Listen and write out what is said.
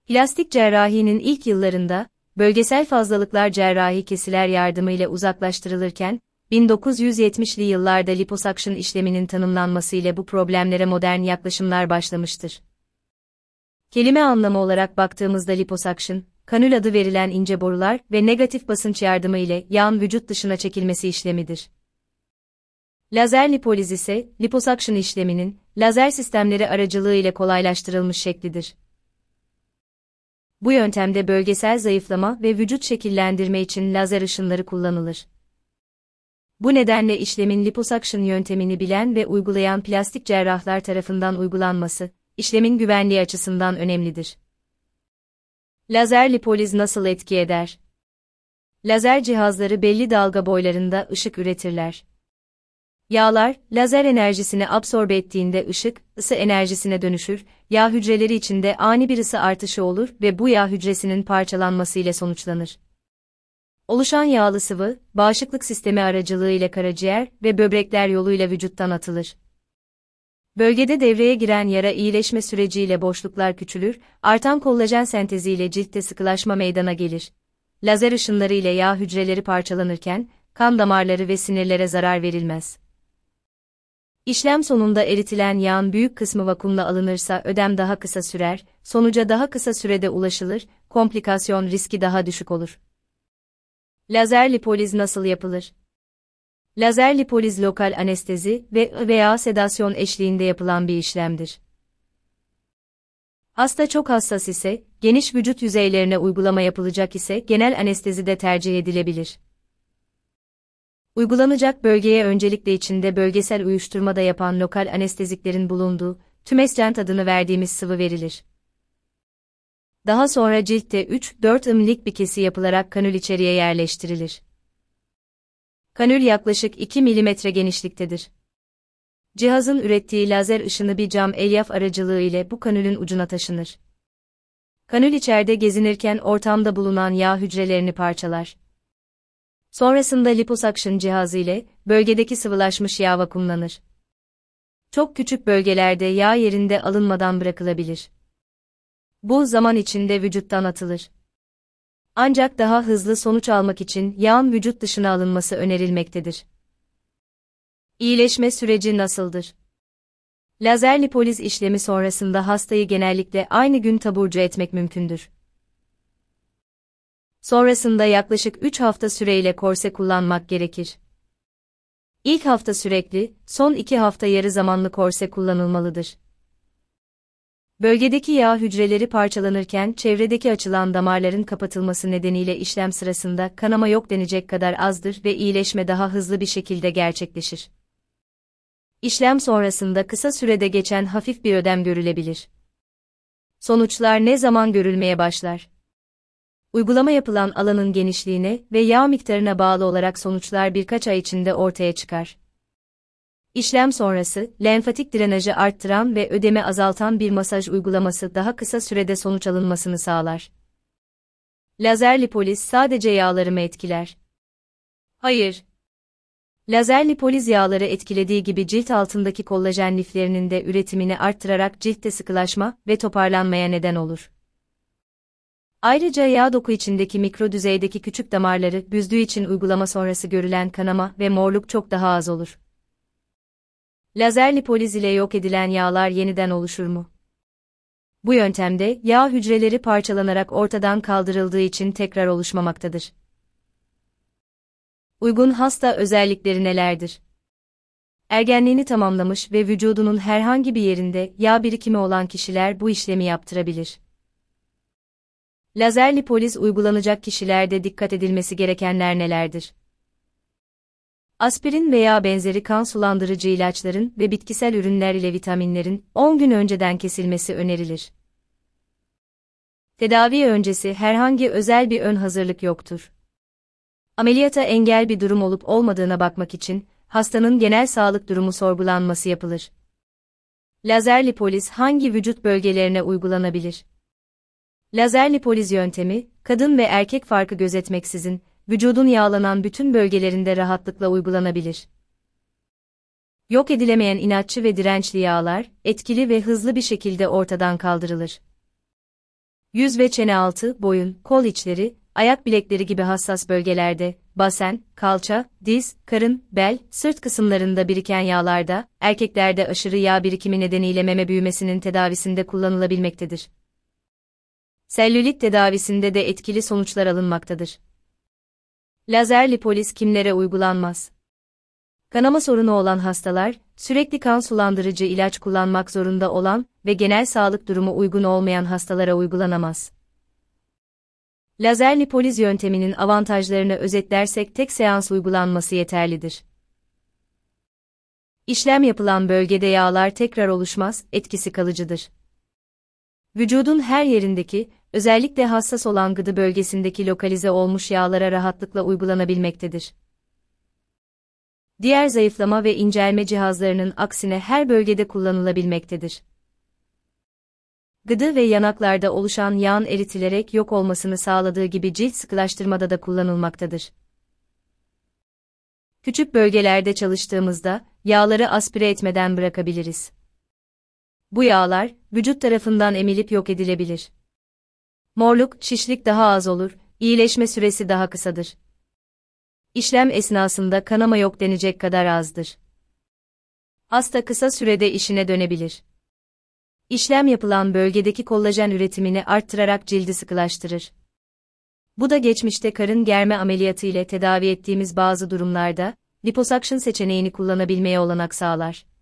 Plastik cerrahinin ilk yıllarında, bölgesel fazlalıklar cerrahi kesiler yardımıyla uzaklaştırılırken, 1970'li yıllarda liposuction işleminin tanımlanmasıyla bu problemlere modern yaklaşımlar başlamıştır. Kelime anlamı olarak baktığımızda liposuction, kanül adı verilen ince borular ve negatif basınç yardımı ile yağın vücut dışına çekilmesi işlemidir. Lazer lipoliz ise, liposuction işleminin, lazer sistemleri aracılığı ile kolaylaştırılmış şeklidir. Bu yöntemde bölgesel zayıflama ve vücut şekillendirme için lazer ışınları kullanılır. Bu nedenle işlemin liposuction yöntemini bilen ve uygulayan plastik cerrahlar tarafından uygulanması, işlemin güvenliği açısından önemlidir. Lazer lipoliz nasıl etki eder? Lazer cihazları belli dalga boylarında ışık üretirler. Yağlar, lazer enerjisini absorbe ettiğinde ışık, ısı enerjisine dönüşür, yağ hücreleri içinde ani bir ısı artışı olur ve bu yağ hücresinin parçalanması ile sonuçlanır. Oluşan yağlı sıvı, bağışıklık sistemi aracılığıyla karaciğer ve böbrekler yoluyla vücuttan atılır. Bölgede devreye giren yara iyileşme süreciyle boşluklar küçülür, artan kollajen senteziyle ciltte sıkılaşma meydana gelir. Lazer ışınları ile yağ hücreleri parçalanırken, kan damarları ve sinirlere zarar verilmez. İşlem sonunda eritilen yağın büyük kısmı vakumla alınırsa ödem daha kısa sürer, sonuca daha kısa sürede ulaşılır, komplikasyon riski daha düşük olur. Lazer lipoliz nasıl yapılır? Lazer lipoliz lokal anestezi veya sedasyon eşliğinde yapılan bir işlemdir. Hasta çok hassas ise, geniş vücut yüzeylerine uygulama yapılacak ise genel anestezi de tercih edilebilir. Uygulanacak bölgeye öncelikle içinde bölgesel uyuşturma da yapan lokal anesteziklerin bulunduğu, tümescent adını verdiğimiz sıvı verilir. Daha sonra ciltte 3-4 imlik bir kesi yapılarak kanül içeriye yerleştirilir. Kanül yaklaşık 2 mm genişliktedir. Cihazın ürettiği lazer ışını bir cam elyaf aracılığı ile bu kanülün ucuna taşınır. Kanül içeride gezinirken ortamda bulunan yağ hücrelerini parçalar. Sonrasında liposuction cihazı ile bölgedeki sıvılaşmış yağ vakumlanır. Çok küçük bölgelerde yağ yerinde alınmadan bırakılabilir. Bu zaman içinde vücuttan atılır. Ancak daha hızlı sonuç almak için yağın vücut dışına alınması önerilmektedir. İyileşme süreci nasıldır? Lazer lipoliz işlemi sonrasında hastayı genellikle aynı gün taburcu etmek mümkündür. Sonrasında yaklaşık 3 hafta süreyle korse kullanmak gerekir. İlk hafta sürekli, son 2 hafta yarı zamanlı korse kullanılmalıdır. Bölgedeki yağ hücreleri parçalanırken çevredeki açılan damarların kapatılması nedeniyle işlem sırasında kanama yok denecek kadar azdır ve iyileşme daha hızlı bir şekilde gerçekleşir. İşlem sonrasında kısa sürede geçen hafif bir ödem görülebilir. Sonuçlar ne zaman görülmeye başlar? Uygulama yapılan alanın genişliğine ve yağ miktarına bağlı olarak sonuçlar birkaç ay içinde ortaya çıkar. İşlem sonrası, lenfatik drenajı arttıran ve ödemi azaltan bir masaj uygulaması daha kısa sürede sonuç alınmasını sağlar. Lazer lipoliz sadece yağları mı etkiler? Hayır. Lazer lipoliz yağları etkilediği gibi cilt altındaki kollajen liflerinin de üretimini arttırarak ciltte sıkılaşma ve toparlanmaya neden olur. Ayrıca yağ doku içindeki mikro düzeydeki küçük damarları büzdüğü için uygulama sonrası görülen kanama ve morluk çok daha az olur. Lazer lipoliz ile yok edilen yağlar yeniden oluşur mu? Bu yöntemde yağ hücreleri parçalanarak ortadan kaldırıldığı için tekrar oluşmamaktadır. Uygun hasta özellikleri nelerdir? Ergenliğini tamamlamış ve vücudunun herhangi bir yerinde yağ birikimi olan kişiler bu işlemi yaptırabilir. Lazer lipoliz uygulanacak kişilerde dikkat edilmesi gerekenler nelerdir? Aspirin veya benzeri kan sulandırıcı ilaçların ve bitkisel ürünler ile vitaminlerin 10 gün önceden kesilmesi önerilir. Tedavi öncesi herhangi özel bir ön hazırlık yoktur. Ameliyata engel bir durum olup olmadığına bakmak için hastanın genel sağlık durumu sorgulanması yapılır. Lazer lipoliz hangi vücut bölgelerine uygulanabilir? Lazer lipoliz yöntemi, kadın ve erkek farkı gözetmeksizin, vücudun yağlanan bütün bölgelerinde rahatlıkla uygulanabilir. Yok edilemeyen inatçı ve dirençli yağlar, etkili ve hızlı bir şekilde ortadan kaldırılır. Yüz ve çene altı, boyun, kol içleri, ayak bilekleri gibi hassas bölgelerde, basen, kalça, diz, karın, bel, sırt kısımlarında biriken yağlarda, erkeklerde aşırı yağ birikimi nedeniyle meme büyümesinin tedavisinde kullanılabilmektedir. Selülit tedavisinde de etkili sonuçlar alınmaktadır. Lazer lipoliz kimlere uygulanmaz? Kanama sorunu olan hastalar, sürekli kan sulandırıcı ilaç kullanmak zorunda olan ve genel sağlık durumu uygun olmayan hastalara uygulanamaz. Lazer lipoliz yönteminin avantajlarını özetlersek tek seans uygulanması yeterlidir. İşlem yapılan bölgede yağlar tekrar oluşmaz, etkisi kalıcıdır. Vücudun her yerindeki, özellikle hassas olan gıdı bölgesindeki lokalize olmuş yağlara rahatlıkla uygulanabilmektedir. Diğer zayıflama ve incelme cihazlarının aksine her bölgede kullanılabilmektedir. Gıdı ve yanaklarda oluşan yağın eritilerek yok olmasını sağladığı gibi cilt sıkılaştırmada da kullanılmaktadır. Küçük bölgelerde çalıştığımızda, yağları aspire etmeden bırakabiliriz. Bu yağlar, vücut tarafından emilip yok edilebilir. Morluk, şişlik daha az olur, iyileşme süresi daha kısadır. İşlem esnasında kanama yok denecek kadar azdır. Hasta kısa sürede işine dönebilir. İşlem yapılan bölgedeki kollajen üretimini arttırarak cildi sıkılaştırır. Bu da geçmişte karın germe ameliyatı ile tedavi ettiğimiz bazı durumlarda, liposuction seçeneğini kullanabilmeye olanak sağlar.